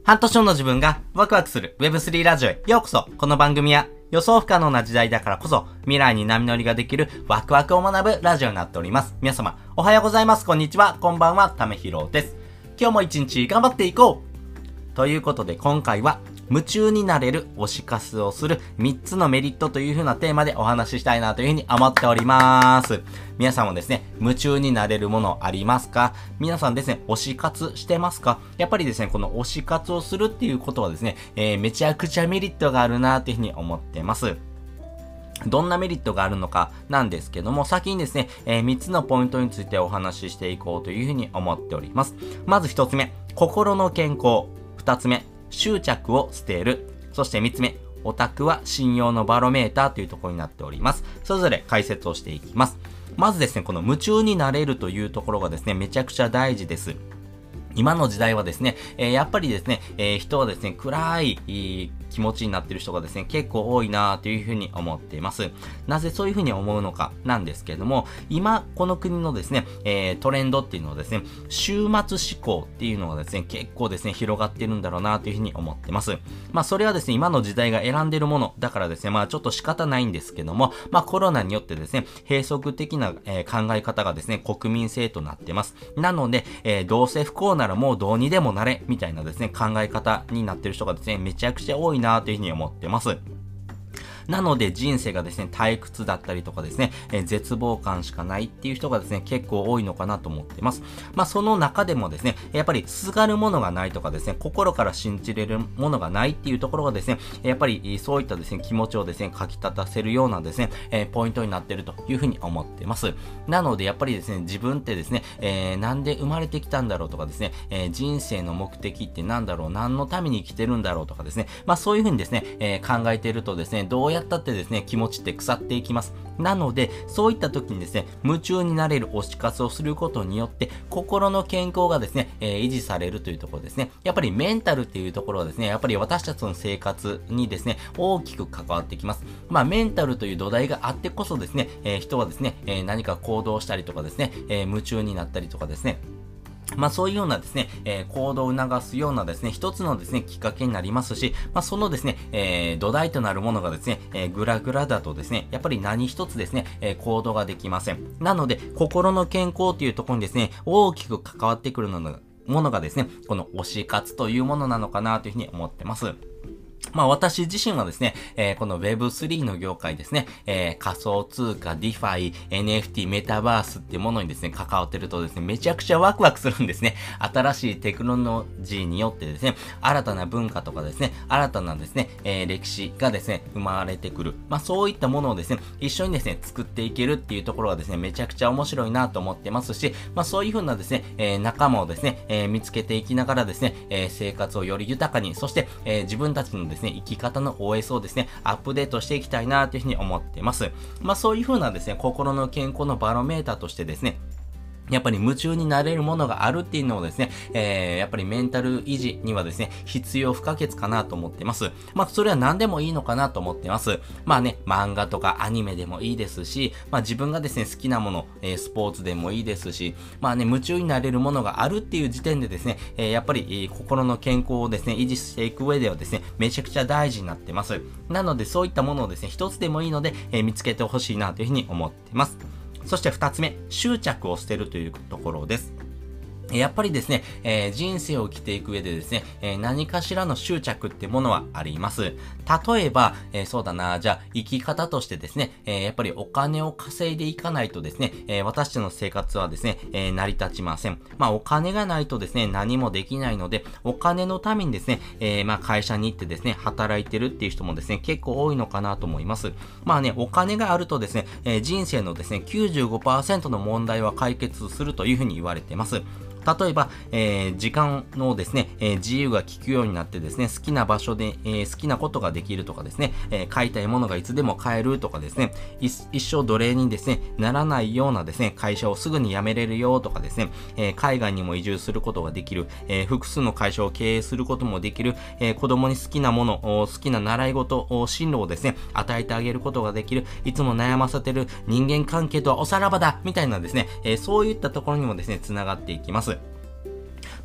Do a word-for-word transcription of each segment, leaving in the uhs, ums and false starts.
半年後の自分がワクワクする ウェブスリー ラジオへようこそ。この番組は予想不可能な時代だからこそ未来に波乗りができるワクワクを学ぶラジオになっております。皆様おはようございます。こんにちは。こんばんは。ためひろです。今日も一日頑張っていこうということで、今回は夢中になれる推し活をするみっつのメリットという風なテーマでお話ししたいなという風に思っております。皆さんもですね、夢中になれるものありますか？皆さんですね、推し活してますか？やっぱりですね、この推し活をするっていうことはですね、えー、めちゃくちゃメリットがあるなという風に思ってます。どんなメリットがあるのかなんですけども、先にですね、えー、みっつのポイントについてお話ししていこうという風に思っております。まずひとつめ、心の健康。ふたつめ、執着を捨てる。そしてみっつめ、オタクは信用のバロメーターというところになっております。それぞれ解説をしていきます。まずですね、この夢中になれるというところがですね、めちゃくちゃ大事です。今の時代はですね、えー、やっぱりですね、えー、人はですね、暗い、いい気持ちになっている人がですね、結構多いなというふうに思っています。なぜそういうふうに思うのかなんですけれども、今、この国のですね、えー、トレンドっていうのはですね、週末思考っていうのがですね、結構ですね、広がっているんだろうなというふうに思ってます。まあ、それはですね、今の時代が選んでいるものだからですね、まあ、ちょっと仕方ないんですけども、まあ、コロナによってですね、閉塞的な、えー、考え方がですね、国民性となってます。なので、えー、どうせ不幸ならもうどうにでもなれ、みたいなですね、考え方になっている人がですね、めちゃくちゃ多いなというふうに思ってます。なので人生がですね、退屈だったりとかですね、えー、絶望感しかないっていう人がですね、結構多いのかなと思っています。まあその中でもですね、やっぱりすがるものがないとかですね、心から信じれるものがないっていうところがですね、やっぱりそういったですね、気持ちをですね、かき立たせるようなですね、えー、ポイントになっているというふうに思っています。なのでやっぱりですね、自分ってですね、えー、なんで生まれてきたんだろうとかですね、えー、人生の目的って何だろう、何のために生きてるんだろうとかですね、まあそういうふうにですね、えー、考えているとですね、どうやったってですね、気持ちって腐っていきます。なので、そういった時にですね、夢中になれる推し活をすることによって、心の健康がですね、えー、維持されるというところですね。やっぱりメンタルっていうところはですね、やっぱり私たちの生活にですね、大きく関わってきます。まあ、メンタルという土台があってこそですね、えー、人はですね、えー、何か行動したりとかですね、えー、夢中になったりとかですね、まあそういうようなですね、えー、行動を促すようなですね、一つのですね、きっかけになりますし、まあそのですね、えー、土台となるものがですね、えー、グラグラだとですね、やっぱり何一つですね、えー、行動ができません。なので、心の健康というところにですね、大きく関わってくるのが、ものがですね、この推し活というものなのかなというふうに思ってます。まあ私自身はですね、えー、この ウェブスリー の業界ですね、えー、仮想通貨、ディファイ、エヌエフティー、メタバースっていうものにですね、関わってるとですね、めちゃくちゃワクワクするんですね。新しいテクノロジーによってですね、新たな文化とかですね、新たなですね、えー、歴史がですね、生まれてくる。まあそういったものをですね、一緒にですね、作っていけるっていうところがですね、めちゃくちゃ面白いなと思ってますし、まあそういう風なですね、えー、仲間をですね、えー、見つけていきながらですね、えー、生活をより豊かに、そして、えー、自分たちのですね、生き方の オーエス をですね、アップデートしていきたいなというふうに思っています。まあそういう風なですね、心の健康のバロメーターとしてですね、やっぱり夢中になれるものがあるっていうのをですね、えー、やっぱりメンタル維持にはですね、必要不可欠かなと思ってます。まあ、それは何でもいいのかなと思ってます。まあね、漫画とかアニメでもいいですし、まあ自分がですね、好きなもの、えー、スポーツでもいいですし、まあね、夢中になれるものがあるっていう時点でですね、えー、やっぱり、えー、心の健康をですね、維持していく上ではですね、めちゃくちゃ大事になってます。なので、そういったものをですね、一つでもいいので、えー、見つけてほしいなというふうに思ってます。そして二つ目、執着を捨てるというところです。やっぱりですね、えー、人生を生きていく上でですね、えー、何かしらの執着ってものはあります。例えば、えー、そうだな、じゃあ生き方としてですね、えー、やっぱりお金を稼いでいかないとですね、えー、私たちの生活はですね、えー、成り立ちません。まあお金がないとですね、何もできないので、お金のためにですね、えー、まあ会社に行ってですね、働いてるっていう人もですね、結構多いのかなと思います。まあね、お金があるとですね、えー、人生のですね、きゅうじゅうごパーセントの問題は解決するというふうに言われています。例えば、えー、時間のですね、えー、自由が利くようになってですね、好きな場所で、えー、好きなことができるとかですね、えー、買いたいものがいつでも買えるとかですね、一生奴隷にですね、ならないようなですね、会社をすぐに辞めれるよとかですね、えー、海外にも移住することができる、えー、複数の会社を経営することもできる、えー、子供に好きなもの、好きな習い事、進路をですね、与えてあげることができる、いつも悩ませてる人間関係とはおさらばだみたいなですね、えー、そういったところにもですね、つながっていきます。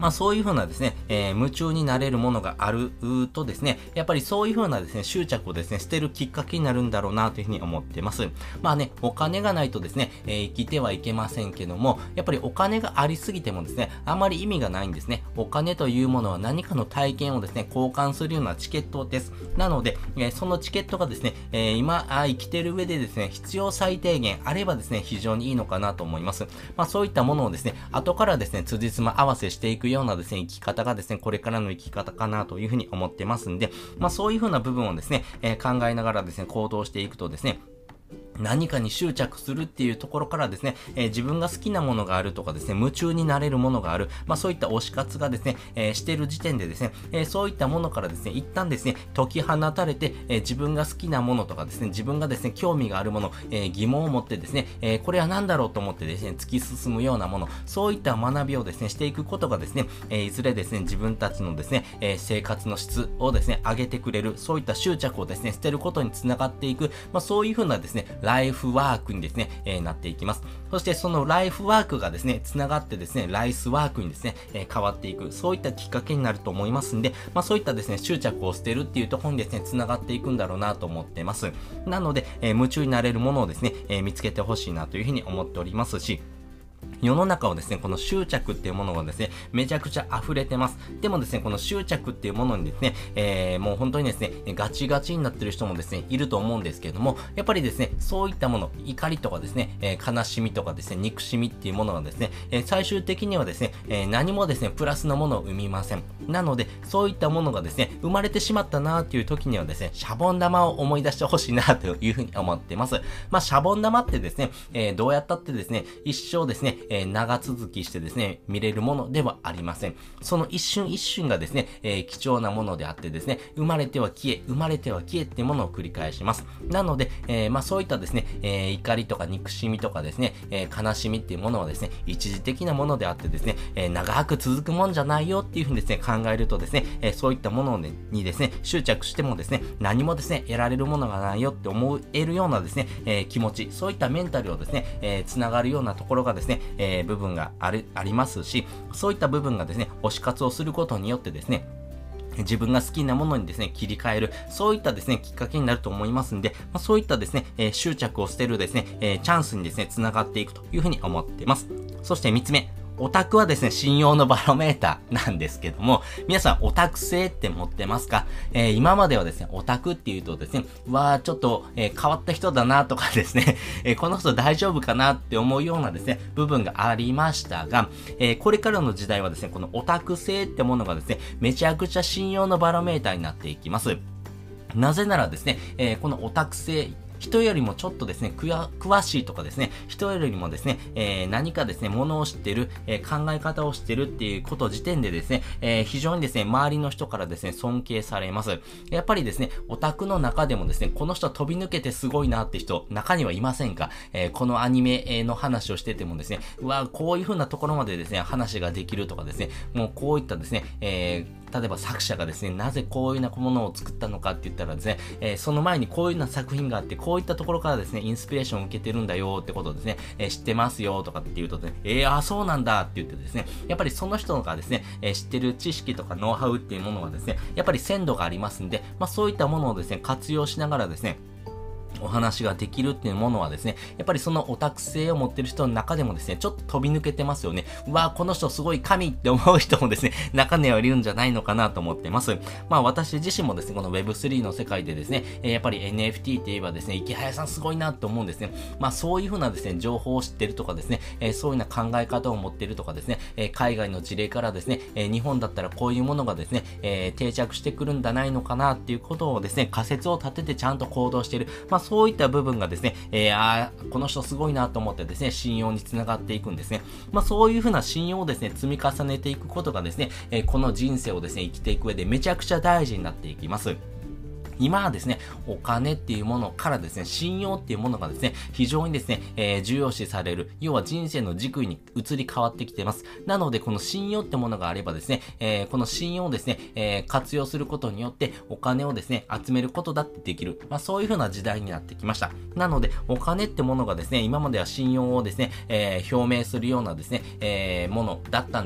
まあそういう風なですね、えー、夢中になれるものがあるとですね、やっぱりそういう風なですね、執着をですね、捨てるきっかけになるんだろうなというふうに思ってます。まあね、お金がないとですね、えー、生きてはいけませんけども、やっぱりお金がありすぎてもですね、あまり意味がないんですね。お金というものは何かの体験をですね、交換するようなチケットです。なので、えー、そのチケットがですね、えー、今あ、生きてる上でですね、必要最低限あればですね、非常にいいのかなと思います。まあそういったものをですね、後からですね、辻褄合わせしていくようなですね、生き方がですね、これからの生き方かなというふうに思ってますんで、まあそういうふうな部分をですね、えー、考えながらですね、行動していくとですね、何かに執着するっていうところからですね、えー、自分が好きなものがあるとかですね、夢中になれるものがある、まあそういった推し活がですね、えー、している時点でですね、えー、そういったものからですね、一旦ですね、解き放たれて、えー、自分が好きなものとかですね、自分がですね、興味があるもの、えー、疑問を持ってですね、えー、これは何だろうと思ってですね、突き進むようなもの、そういった学びをですね、していくことがですね、えー、いずれですね、自分たちのですね、えー、生活の質をですね、上げてくれる、そういった執着をですね、捨てることにつながっていく、まあそういうふうなですね、ライフワークにですね、えー、なっていきます。そしてそのライフワークがですね、つながってですね、ライスワークにですね、えー、変わっていく、そういったきっかけになると思いますんで、まあそういったですね、執着を捨てるっていうところにですね、つながっていくんだろうなと思ってます。なので、えー、夢中になれるものをですね、えー、見つけてほしいなというふうに思っておりますし、世の中をですね、この執着っていうものがですね、めちゃくちゃ溢れてます。でもですね、この執着っていうものにですね、えー、もう本当にですね、ガチガチになってる人もですね、いると思うんですけれども、やっぱりですね、そういったもの、怒りとかですね、えー、悲しみとかですね、憎しみっていうものがですね、えー、最終的にはですね、えー、何もですね、プラスのものを生みません。なので、そういったものがですね、生まれてしまったなーっていう時にはですね、シャボン玉を思い出してほしいなというふうに思ってます。まあ、シャボン玉ってですね、えー、どうやったってですね、一生ですね、えー、長続きしてですね、見れるものではありません。その一瞬一瞬がですね、えー、貴重なものであってですね、生まれては消え、生まれては消えっていうものを繰り返します。なので、えー、まあそういったですね、えー、怒りとか憎しみとかですね、えー、悲しみっていうものはですね、一時的なものであってですね、えー、長く続くもんじゃないよっていうふうにですね、考えるとですね、えー、そういったものにですね、執着してもですね、何もですね、得られるものがないよって思えるようなですね、えー、気持ち、そういったメンタルをですね、えー、つながるようなところがですね、えー、部分がある、ありますし、そういった部分がですね、推し活をすることによってですね、自分が好きなものにですね、切り替える、そういったですね、きっかけになると思いますんで、まあ、そういったですね、えー、執着を捨てるですね、えー、チャンスにですね、繋がっていくというふうに思っています。そして三つ目。オタクはですね、信用のバロメーターなんですけども、皆さんオタク性って持ってますか？えー、今まではですね、オタクっていうとですね、うわーちょっと、えー、変わった人だなとかですね、えー、この人大丈夫かなって思うようなですね、部分がありましたが、えー、これからの時代はですね、このオタク性ってものがですね、めちゃくちゃ信用のバロメーターになっていきます。なぜならですね、えー、このオタク性、人よりもちょっとですね、くわ、詳しいとかですね、人よりもですね、えー、何かですね、ものを知ってる、えー、考え方を知ってるっていうこと時点でですね、えー、非常にですね、周りの人からですね、尊敬されます。やっぱりですね、オタクの中でもですね、この人飛び抜けてすごいなって人、中にはいませんか？えー、このアニメの話をしててもですね、うわ、こういう風なところまでですね、話ができるとかですね、もうこういったですね、えー例えば作者がですね、なぜこういうようなものを作ったのかって言ったらですね、えー、その前にこういうような作品があって、こういったところからですね、インスピレーションを受けてるんだよってことをですね、えー、知ってますよとかって言うとね、えー、あ、そうなんだって言ってですね、やっぱりその人がですね、えー、知ってる知識とかノウハウっていうものはですね、やっぱり鮮度がありますんで、まあそういったものをですね、活用しながらですね、お話ができるっていうものはですね、やっぱりそのオタク性を持ってる人の中でもですね、ちょっと飛び抜けてますよね。うわー、この人すごい神って思う人もですね、中にはいるんじゃないのかなと思ってます。まあ私自身もですね、この ウェブスリー の世界でですね、やっぱり エヌエフティー って言えばですね、池早さんすごいなと思うんですね。まあそういう風なですね、情報を知ってるとかですね、えそういうような考え方を持ってるとかですね、え海外の事例からですね、え日本だったらこういうものがですね、え定着してくるんじゃないのかなっていうことをですね、仮説を立ててちゃんと行動している。まあそういった部分がですね、えー、あーこの人すごいなと思ってですね、信用につながっていくんですね。まあそういう風な信用をですね、積み重ねていくことがですね、えー、この人生をですね、生きていく上でめちゃくちゃ大事になっていきます。今はですね、お金っていうものからですね、信用っていうものがですね、非常にですね、えー、重要視される、要は人生の軸に移り変わってきています。なので、この信用ってものがあればですね、えー、この信用をですね、えー、活用することによって、お金をですね、集めることだってできる。まあ、そういう風な時代になってきました。なので、お金ってものがですね、今までは信用をですね、えー、表明するようなですね、えー、ものだったんです。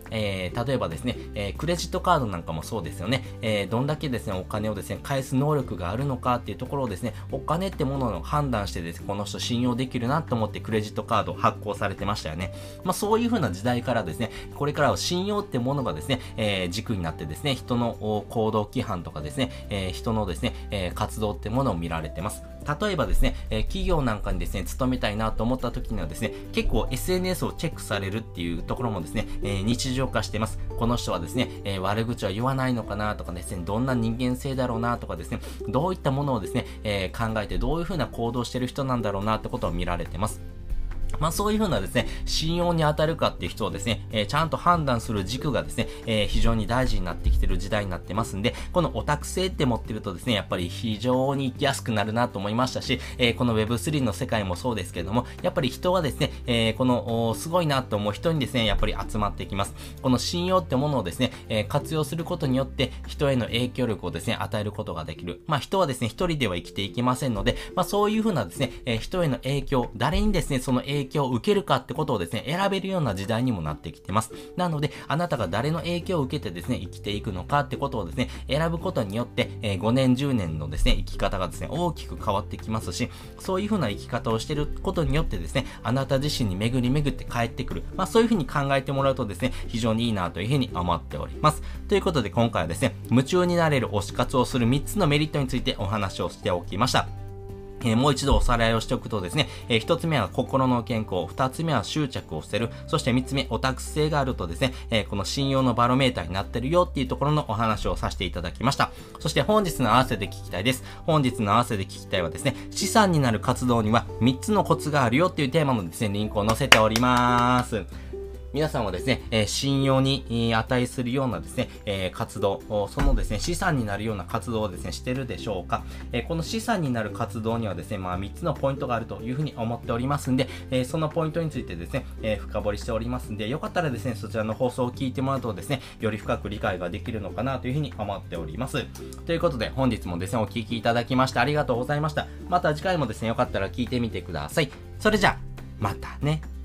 えー、例えばですね、えー、クレジットカードなんかもそうですよね。えー、どんだけですね、お金をですね、返す能力があるのかっていうところをですね、お金ってものを判断してですね、この人信用できるなと思ってクレジットカード発行されてましたよね。まあそういう風な時代からですね、これからは信用ってものがですね、えー、軸になってですね、人の行動規範とかですね、えー、人のですね、えー、活動ってものを見られてます。例えばですね、えー、企業なんかにですね、勤めたいなと思った時にはですね、結構 エスエヌエス をチェックされるっていうところもですね、えー、日常化してます。この人はですね、えー、悪口は言わないのかなとかですね、どんな人間性だろうなとかですね、どういったものをですね、えー、考えてどういう風な行動してる人なんだろうなってことを見られてます。まあそういう風なですね、信用に当たるかっていう人をですね、えー、ちゃんと判断する軸がですね、えー、非常に大事になってきてる時代になってますんで、このオタク性って持ってるとですね、やっぱり非常に生きやすくなるなと思いましたし、えー、この ウェブスリー の世界もそうですけれども、やっぱり人はですね、えー、このすごいなと思う人にですね、やっぱり集まってきます。この信用ってものをですね、えー、活用することによって人への影響力をですね、与えることができる。まあ人はですね、一人では生きていけませんので、まあそういう風なですね、えー、人への影響、誰にですね、その影響を受けるかってことをですね、選べるような時代にもなってきてます。なので、あなたが誰の影響を受けてですね、生きていくのかってことをですね、選ぶことによって、えー、ごねん、じゅうねんのですね、生き方がですね、大きく変わってきますし、そういう風な生き方をしていることによってですね、あなた自身に巡り巡って帰ってくる。まあそういう風に考えてもらうとですね、非常にいいなという風に思っております。ということで今回はですね、夢中になれる推し活をするみっつのメリットについてお話をしておきました。えー、もう一度おさらいをしておくとですね、えー、一つ目は心の健康、二つ目は執着を捨てる、そして三つ目、オタク性があるとですね、えー、この信用のバロメーターになってるよっていうところのお話をさせていただきました。そして本日の合わせて聞きたいです。本日の合わせて聞きたいはですね、資産になる活動には三つのコツがあるよっていうテーマのですね、リンクを載せております。皆さんはですね、えー、信用に、えー、値するようなですね、えー、活動、そのですね、資産になるような活動をですね、してるでしょうか。えー、この資産になる活動にはですね、まあみっつのポイントがあるというふうに思っておりますんで、えー、そのポイントについてですね、えー、深掘りしておりますんで、よかったらですね、そちらの放送を聞いてもらうとですね、より深く理解ができるのかなというふうに思っております。ということで、本日もですね、お聞きいただきましてありがとうございました。また次回もですね、よかったら聞いてみてください。それじゃあ、またね。